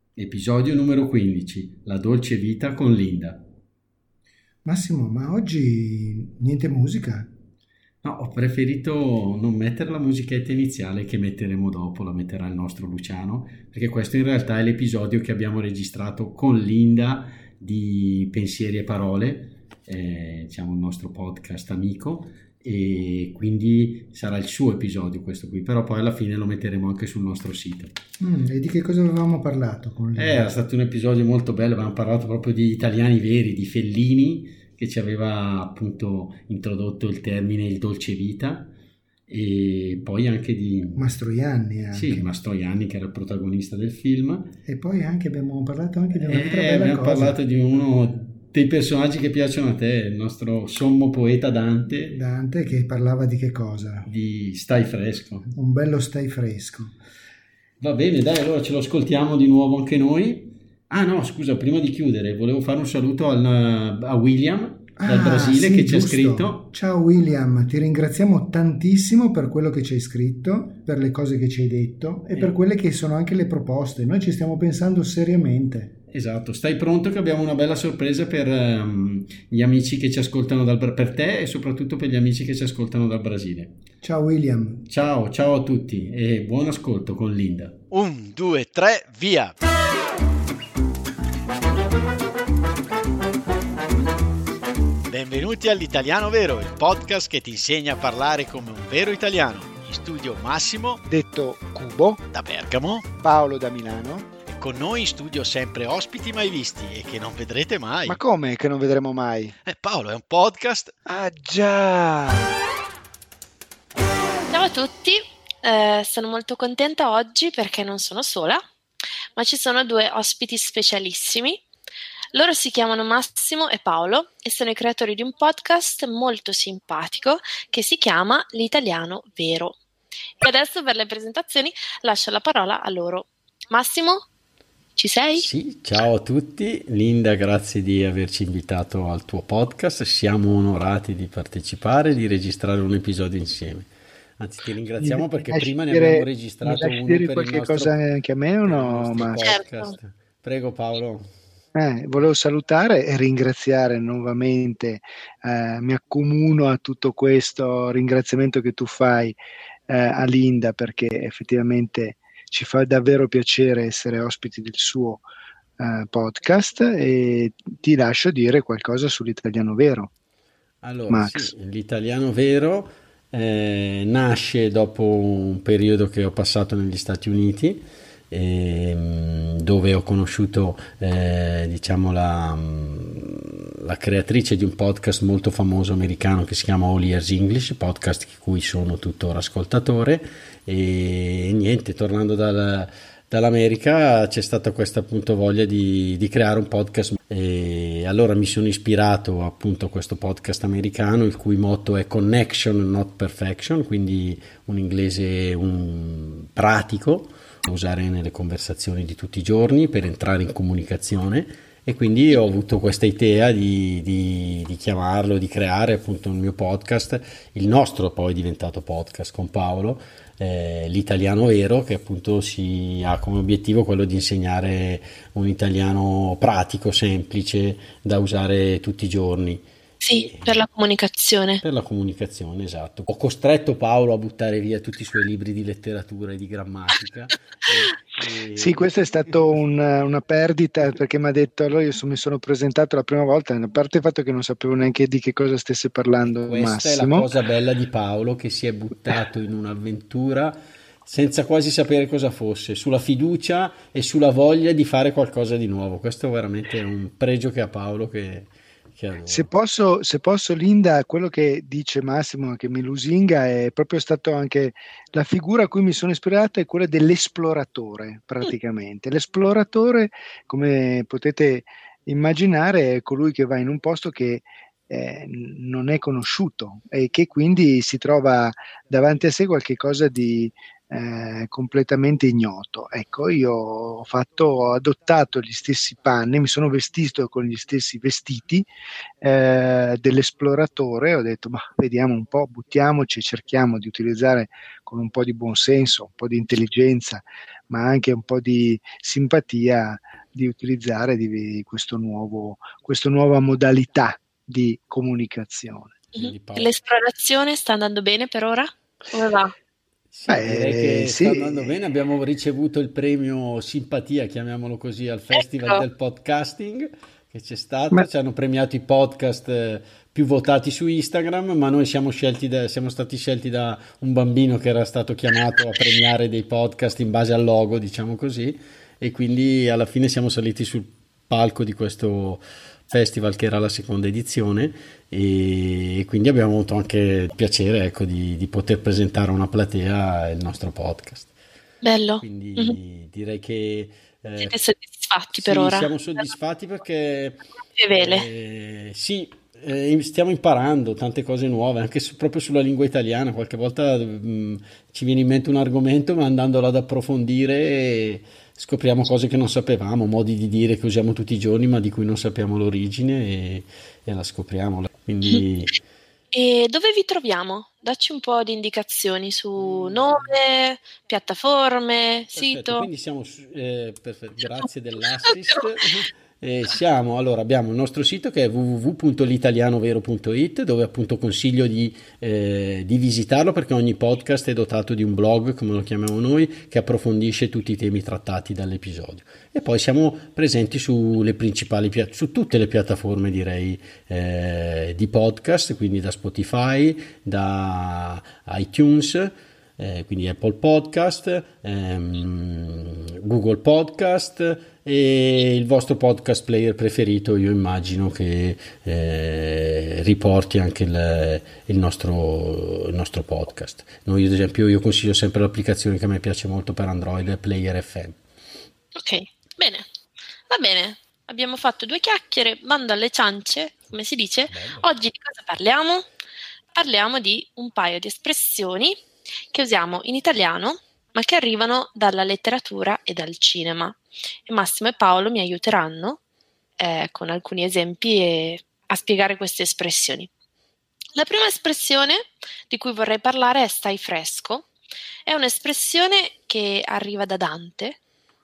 Episodio numero 15, La dolce vita con Linda. Massimo, ma oggi niente musica? No, ho preferito non mettere la musichetta iniziale che metteremo dopo, la metterà il nostro Luciano, perché questo in realtà è l'episodio che abbiamo registrato con Linda di Pensieri e Parole, diciamo il nostro podcast amico, e quindi sarà il suo episodio questo qui, però poi alla fine lo metteremo anche sul nostro sito. E di che cosa avevamo parlato con Era Linda? stato un episodio molto bello, avevamo parlato proprio di italiani veri, di Fellini, che ci aveva appunto introdotto il termine il dolce vita, e poi anche di, Mastroianni sì, anche. Mastroianni, che era il protagonista del film. E poi abbiamo parlato anche di un'altra bella Abbiamo cosa. parlato di uno dei personaggi che piacciono a te, il nostro sommo poeta Dante, Dante che parlava di che cosa? di Stai fresco. Un bello stai fresco. Va bene, dai, allora ce lo ascoltiamo di nuovo anche noi. Ah no, scusa, prima di chiudere, volevo fare un saluto a William dal Ah, Brasile che sì, ci ha giusto. scritto. Ciao William, ti ringraziamo tantissimo per quello che ci hai scritto, per le cose che ci hai detto e per Eh, quelle che sono anche le proposte. Noi ci stiamo pensando seriamente. esatto, stai pronto che abbiamo una bella sorpresa per gli amici che ci ascoltano per te e soprattutto per gli amici che ci ascoltano dal Brasile. Ciao William. Ciao, ciao a tutti e buon ascolto con Linda. 1, 2, 3, via! Benvenuti all'Italiano Vero, il podcast che ti insegna a parlare come un vero italiano. In studio Massimo, detto Cubo, da Bergamo, Paolo da Milano. e con noi in studio sempre ospiti mai visti e che non vedrete mai. Ma come che non vedremo mai? Paolo, è un podcast. Ah già! Ciao a tutti, sono molto contenta oggi perché non sono sola, ma ci sono due ospiti specialissimi. Loro si chiamano Massimo e Paolo e sono i creatori di un podcast molto simpatico che si chiama L'Italiano Vero. E adesso per le presentazioni lascio la parola a loro. Massimo, ci sei? Sì, ciao a tutti. Linda, grazie di averci invitato al tuo podcast. Siamo onorati di partecipare e di registrare un episodio insieme. Anzi, ti ringraziamo Mi perché lasci prima ne abbiamo dire, mi registrato lasci uno dire qualche cosa anche a me o per il no, nostro Max? Certo. podcast. Prego Paolo. Volevo salutare e ringraziare nuovamente, mi accomuno a tutto questo ringraziamento che tu fai a Linda perché effettivamente ci fa davvero piacere essere ospiti del suo podcast e ti lascio dire qualcosa sull'italiano vero, Allora, sì, Max. l'italiano vero nasce dopo un periodo che ho passato negli Stati Uniti, dove ho conosciuto diciamo la creatrice di un podcast molto famoso americano che si chiama All Ears English, podcast di cui sono tuttora ascoltatore. E niente, tornando dall'America c'è stata questa appunto voglia di creare un podcast, e allora mi sono ispirato appunto a questo podcast americano il cui motto è Connection not Perfection, quindi un inglese pratico da usare nelle conversazioni di tutti i giorni per entrare in comunicazione. E quindi ho avuto questa idea di chiamarlo, di creare appunto il mio podcast, il nostro poi diventato podcast con Paolo, l'italiano vero, che appunto si ha come obiettivo quello di insegnare un italiano pratico, semplice, da usare tutti i giorni. Sì, per la comunicazione. Per la comunicazione, esatto. Ho costretto Paolo a buttare via tutti i suoi libri di letteratura e di grammatica. Sì, questa è stata una perdita perché mi ha detto, allora mi sono presentato la prima volta, a parte il fatto che non sapevo neanche di che cosa stesse parlando Questa è la Massimo. cosa bella di Paolo, che si è buttato in un'avventura senza quasi sapere cosa fosse, sulla fiducia e sulla voglia di fare qualcosa di nuovo. Questo è veramente un pregio che ha Paolo che Se adoro. posso, Linda, quello che dice Massimo, che mi lusinga, è proprio stato anche la figura a cui mi sono ispirato, è quella dell'esploratore, praticamente. L'esploratore, come potete immaginare, è colui che va in un posto che non è conosciuto e che quindi si trova davanti a sé qualche cosa di completamente ignoto. Ecco, io ho adottato gli stessi panni, mi sono vestito con gli stessi vestiti dell'esploratore, ho detto ma vediamo un po', buttiamoci e cerchiamo di utilizzare con un po' di buonsenso, un po' di intelligenza, ma anche un po' di simpatia, di utilizzare questa nuova modalità di comunicazione. L'esplorazione sta andando bene per ora? Come va? Sì, direi che Sì. sta andando bene. Abbiamo ricevuto il premio Simpatia, chiamiamolo così, al Festival Ecco. del Podcasting che c'è stato. Ma- Ci hanno premiato i podcast più votati su Instagram, ma noi siamo stati scelti da un bambino che era stato chiamato a premiare dei podcast in base al logo, diciamo così, e quindi alla fine siamo saliti sul palco di questo festival che era la seconda edizione e quindi abbiamo avuto anche il piacere, ecco, di poter presentare a una platea il nostro podcast. Bello. Quindi direi che Siete soddisfatti sì, per ora? siamo soddisfatti perché Che vele. sì, stiamo imparando tante cose nuove, anche proprio sulla lingua italiana. Qualche volta ci viene in mente un argomento, ma andandolo ad approfondire scopriamo cose che non sapevamo, modi di dire che usiamo tutti i giorni, ma di cui non sappiamo l'origine e la scopriamo. Quindi E dove vi troviamo? Dacci un po' di indicazioni su nome, piattaforme, perfetto, sito. quindi siamo perfetto, grazie dell'assist. Allora, abbiamo il nostro sito che è www.litalianovero.it, dove appunto consiglio di visitarlo perché ogni podcast è dotato di un blog, come lo chiamiamo noi, che approfondisce tutti i temi trattati dall'episodio. E poi siamo presenti sulle principali su tutte le piattaforme, direi, di podcast, quindi da Spotify, da iTunes, quindi Apple Podcast, Google Podcast e il vostro podcast player preferito. Io immagino che riporti anche il nostro podcast. Noi, ad esempio, io consiglio sempre l'applicazione che a me piace molto per Android, Player FM. Ok, bene, va bene. Abbiamo fatto 2 chiacchiere, bando alle ciance, come si dice. Bello. Oggi di cosa parliamo? Parliamo di un paio di espressioni che usiamo in italiano, ma che arrivano dalla letteratura e dal cinema. E Massimo e Paolo mi aiuteranno con alcuni esempi a spiegare queste espressioni. La prima espressione di cui vorrei parlare è stai fresco. È un'espressione che arriva da Dante,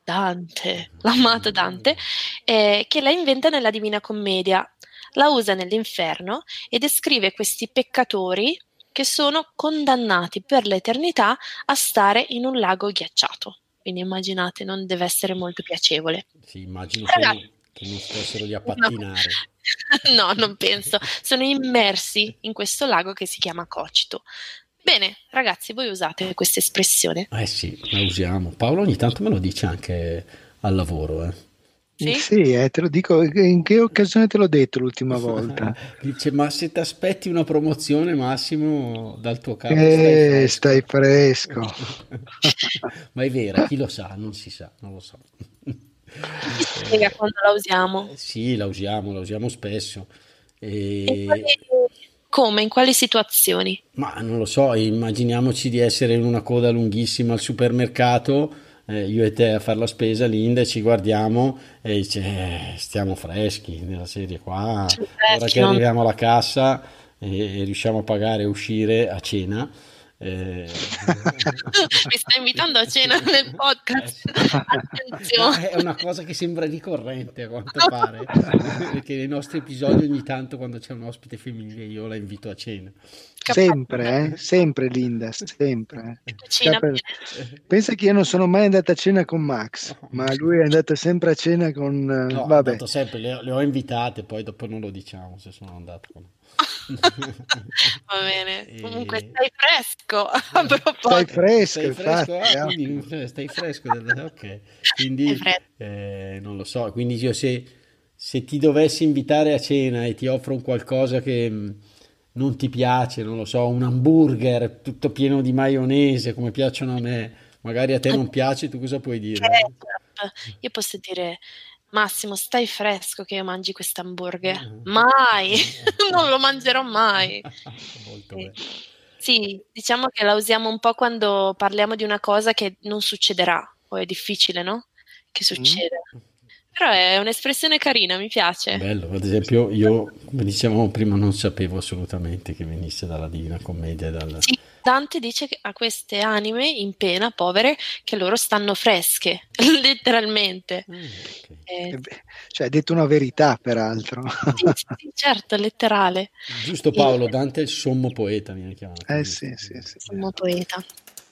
l'amato Dante, che la inventa nella Divina Commedia. La usa nell'inferno e descrive questi peccatori che sono condannati per l'eternità a stare in un lago ghiacciato. Quindi immaginate, non deve essere molto piacevole. Sì, immagino Ragazzi, che non stessero lì a pattinare. No, non penso. Sono immersi in questo lago che si chiama Cocito. Bene, ragazzi, voi usate questa espressione? Sì, la usiamo. Paolo ogni tanto me lo dice anche al lavoro. Sì? Te lo dico, in che occasione te l'ho detto l'ultima volta? Dice, ma se ti aspetti una promozione, Massimo, dal tuo capo Stai fresco. Ma è vera, chi lo sa? Non si sa, non lo so. Ci spiega quando la usiamo? Sì, la usiamo spesso. Come? In quali situazioni? Ma non lo so, immaginiamoci di essere in una coda lunghissima al supermercato, io e te a fare la spesa, Linda, e ci guardiamo e dice, stiamo freschi nella serie qua, ora che arriviamo alla cassa e riusciamo a pagare e uscire a cena. Mi stai invitando a cena nel podcast? Attenzione. È una cosa che sembra ricorrente a quanto pare, perché nei nostri episodi ogni tanto quando c'è un ospite femminile io la invito a cena. Sempre Linda, sempre. Cena bene. Pensa che io non sono mai andata a cena con Max, ma lui è andato sempre a cena con... No, vabbè. È andato sempre, le ho invitate, poi dopo non lo diciamo se sono andato con... Va bene, comunque stai fresco a proposito. Stai fresco, Stai infatti. fresco? Quindi stai fresco, ok. Quindi non lo so, quindi io se ti dovessi invitare a cena e ti offro un qualcosa che non ti piace, non lo so, un hamburger tutto pieno di maionese come piacciono a me, magari a te non piace, tu cosa puoi dire? Io posso dire Massimo, stai fresco che io mangi questo hamburger. Mai! Non lo mangerò mai. Molto Sì. bene. Sì, diciamo che la usiamo un po' quando parliamo di una cosa che non succederà, o è difficile, no? Che succeda. Però è un'espressione carina, mi piace. Bello, ad esempio io, come dicevamo prima, non sapevo assolutamente che venisse dalla Divina Commedia. Sì, Dante dice a queste anime in pena, povere, che loro stanno fresche, letteralmente. Okay. Cioè, hai detto una verità, peraltro. Sì, certo, letterale. Giusto Paolo, Dante è il sommo poeta, viene chiamato. Giusto? Sì. Sommo poeta.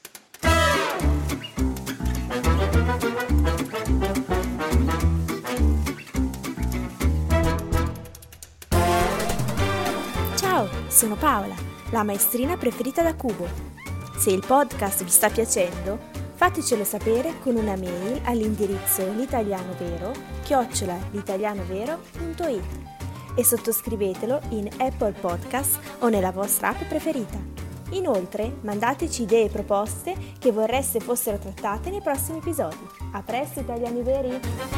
Ciao, sono Paola, la maestrina preferita da Cubo. Se il podcast vi sta piacendo, fatecelo sapere con una mail all'indirizzo l'italianovero@l'italianovero.it e sottoscrivetelo in Apple Podcast o nella vostra app preferita. Inoltre, mandateci idee e proposte che vorreste fossero trattate nei prossimi episodi. A presto, italiani veri!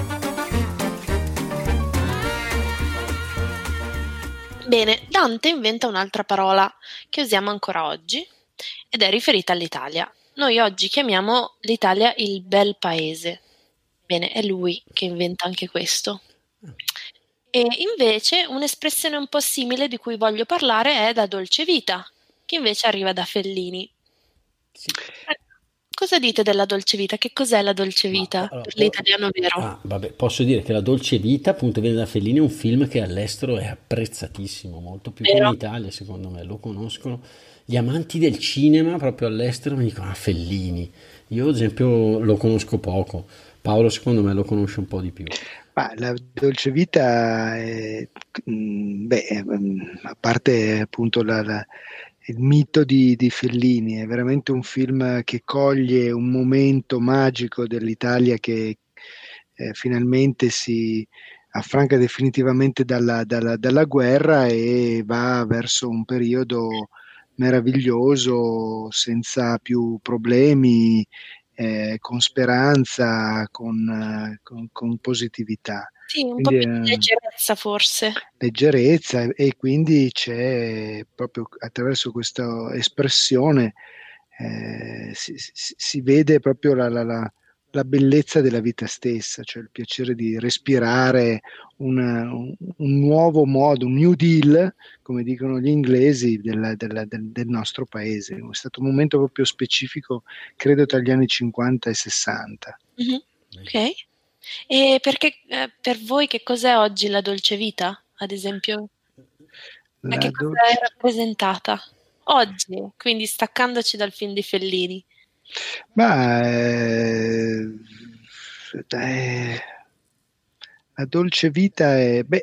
Bene, Dante inventa un'altra parola che usiamo ancora oggi ed è riferita all'Italia. Noi oggi chiamiamo l'Italia il bel paese. Bene, è lui che inventa anche questo. E invece un'espressione un po' simile di cui voglio parlare è la dolce vita, che invece arriva da Fellini. Sì. Cosa dite della dolce vita? Che cos'è la dolce vita per l'italiano vero? Posso dire che La Dolce Vita, appunto, viene da Fellini, è un film che all'estero è apprezzatissimo, molto più che in Vero. Italia, secondo me, lo conoscono. Gli amanti del cinema proprio all'estero mi dicono, Fellini. Io, ad esempio, lo conosco poco. Paolo, secondo me, lo conosce un po' di più. Ma la dolce vita è, a parte appunto il mito di Fellini, è veramente un film che coglie un momento magico dell'Italia che finalmente si affranca definitivamente dalla guerra e va verso un periodo meraviglioso, senza più problemi, con speranza, con positività. Sì, un po' Quindi più di leggerezza forse. leggerezza, e quindi c'è proprio attraverso questa espressione si vede proprio la bellezza della vita stessa, cioè il piacere di respirare un nuovo modo, un New Deal, come dicono gli inglesi, del nostro paese. È stato un momento proprio specifico, credo, tra gli anni 50 e 60. Mhm. Ok. E perché per voi che cos'è oggi la dolce vita, ad esempio? A che cosa è rappresentata oggi, quindi staccandoci dal film di Fellini? Ma la dolce vita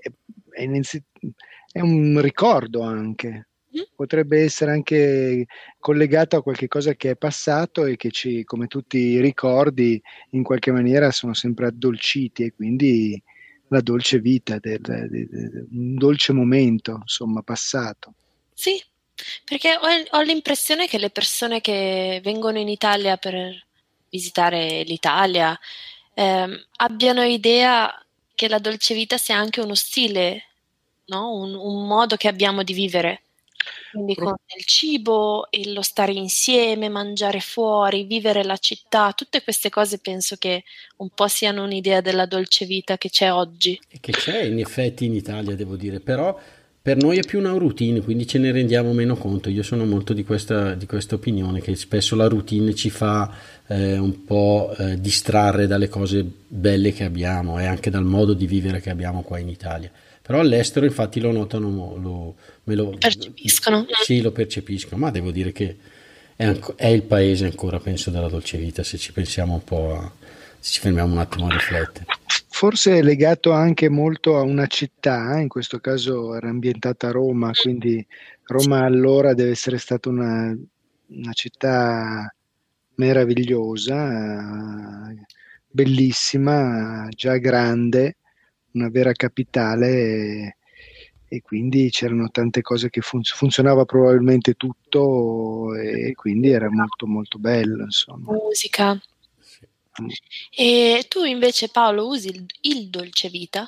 è un ricordo anche. Mm? Potrebbe essere anche collegato a qualche cosa che è passato e che come tutti i ricordi, in qualche maniera sono sempre addolciti, e quindi la dolce vita, un dolce momento, insomma, passato. Sì, perché ho l'impressione che le persone che vengono in Italia per visitare l'Italia abbiano idea che la dolce vita sia anche uno stile, no? Un modo che abbiamo di vivere. Quindi con il cibo, lo stare insieme, mangiare fuori, vivere la città, tutte queste cose penso che un po' siano un'idea della dolce vita che c'è oggi. E che c'è in effetti in Italia, devo dire, però per noi è più una routine, quindi ce ne rendiamo meno conto. Io sono molto di questa opinione, che spesso la routine ci fa un po' distrarre dalle cose belle che abbiamo e anche dal modo di vivere che abbiamo qua in Italia. Però all'estero infatti lo notano, Percepiscono. Sì, lo percepiscono, ma devo dire che è il paese ancora, penso, della dolce vita, se ci pensiamo un po', se ci fermiamo un attimo a riflettere. Forse è legato anche molto a una città, in questo caso era ambientata a Roma, quindi Roma allora deve essere stata una città meravigliosa, bellissima, già grande, una vera capitale, e quindi c'erano tante cose che funzionava probabilmente tutto, e quindi era molto molto bello, insomma. Musica. E tu invece, Paolo, usi il dolce vita?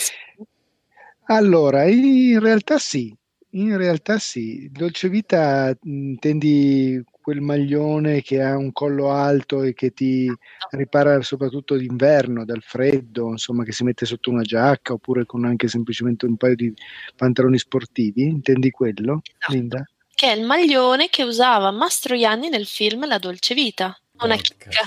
Allora, in realtà sì, dolce vita intendi quel maglione che ha un collo alto e che ti ripara soprattutto d'inverno dal freddo, insomma, che si mette sotto una giacca oppure con anche semplicemente un paio di pantaloni sportivi, intendi quello, Esatto. Linda? Che è il maglione che usava Mastroianni nel film La dolce vita. Una chicca.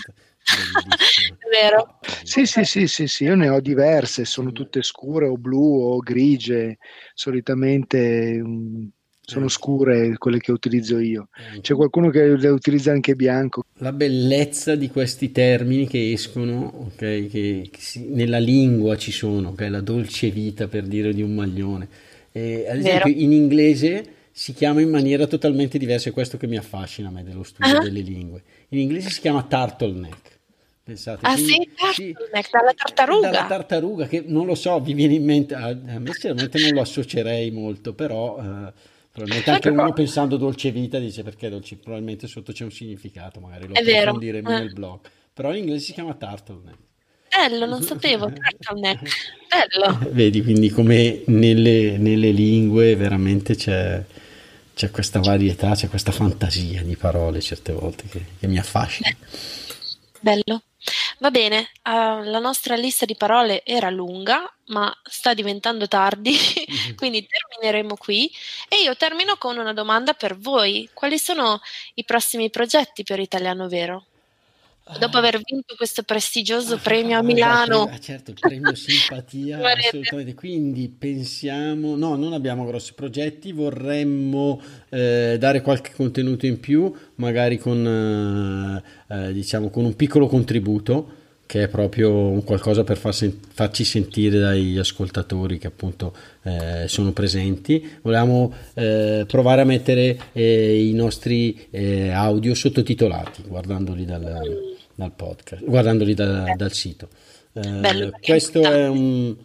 È vero? Sì, io ne ho diverse, sono tutte scure o blu o grigie, solitamente sono scure quelle che utilizzo io. C'è qualcuno che le utilizza anche bianco. La bellezza di questi termini che escono, okay, che nella lingua ci sono, okay, la dolce vita per dire di un maglione. Ad esempio in inglese si chiama in maniera totalmente diversa, è questo che mi affascina a me dello studio delle lingue. In inglese si chiama turtleneck. Pensate, turtleneck, dalla tartaruga. Dalla tartaruga, che non lo so, vi viene in mente, a me sinceramente non lo associerei molto, però probabilmente anche uno pensando dolce vita dice perché dolce, probabilmente sotto c'è un significato, magari lo approfondiremo nel blog, però in inglese si chiama turtleneck. Bello, non sapevo, turtleneck, bello. Vedi, quindi come nelle lingue veramente c'è questa varietà, c'è questa fantasia di parole certe volte che mi affascina. Bello. Va bene, la nostra lista di parole era lunga, ma sta diventando tardi, quindi termineremo qui e io termino con una domanda per voi. Quali sono i prossimi progetti per Italiano Vero? Dopo aver vinto questo prestigioso premio a Milano. Certo, il premio simpatia, assolutamente. Quindi pensiamo, no, non abbiamo grossi progetti, vorremmo dare qualche contenuto in più, magari con un piccolo contributo, che è proprio un qualcosa per farci sentire dagli ascoltatori che appunto sono presenti. Volevamo provare a mettere i nostri audio sottotitolati, guardandoli dal podcast, guardandoli dal sito. Questo è un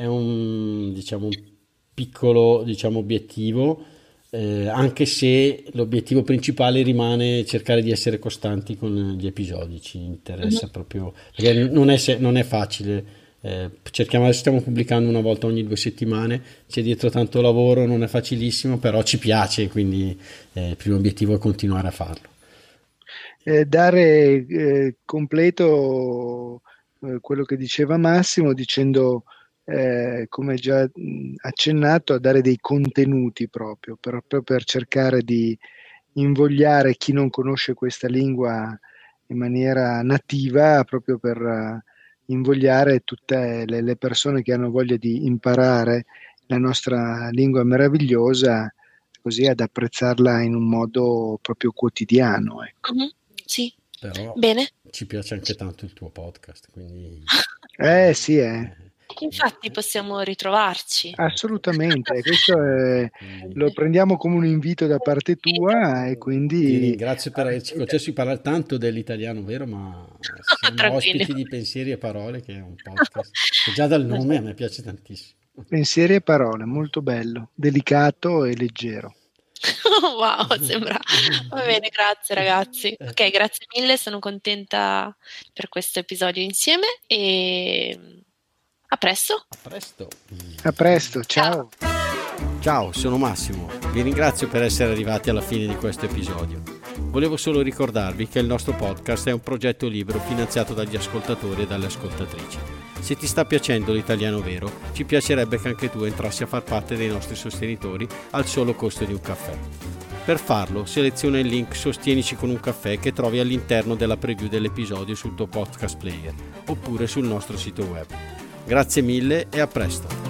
piccolo obiettivo, anche se l'obiettivo principale rimane cercare di essere costanti con gli episodi. Ci interessa proprio, perché non è facile. Stiamo pubblicando una volta ogni 2 settimane, c'è dietro tanto lavoro, non è facilissimo, però ci piace, quindi il primo obiettivo è continuare a farlo. Dare completo quello che diceva Massimo, dicendo come già accennato, a dare dei contenuti proprio per cercare di invogliare chi non conosce questa lingua in maniera nativa, proprio per invogliare tutte le persone che hanno voglia di imparare la nostra lingua meravigliosa, così ad apprezzarla in un modo proprio quotidiano, ecco. Sì. Però bene. Ci piace anche tanto il tuo podcast, quindi sì. Infatti possiamo ritrovarci. Assolutamente, questo lo prendiamo come un invito da parte tua e quindi ti ringrazio per averci concesso di parlare tanto dell'Italiano Vero, ma siamo ospiti di Pensieri e Parole, che è un podcast che già dal nome a me piace tantissimo. Pensieri e Parole, molto bello, delicato e leggero. Wow, sembra. Va bene, grazie ragazzi. Ok, grazie mille, sono contenta per questo episodio insieme e a presto. A presto, ciao. Ciao, sono Massimo. Vi ringrazio per essere arrivati alla fine di questo episodio. Volevo solo ricordarvi che il nostro podcast è un progetto libero finanziato dagli ascoltatori e dalle ascoltatrici. Se ti sta piacendo l'Italiano Vero, ci piacerebbe che anche tu entrassi a far parte dei nostri sostenitori al solo costo di un caffè. Per farlo, seleziona il link Sostienici con un caffè che trovi all'interno della preview dell'episodio sul tuo podcast player oppure sul nostro sito web. Grazie mille e a presto!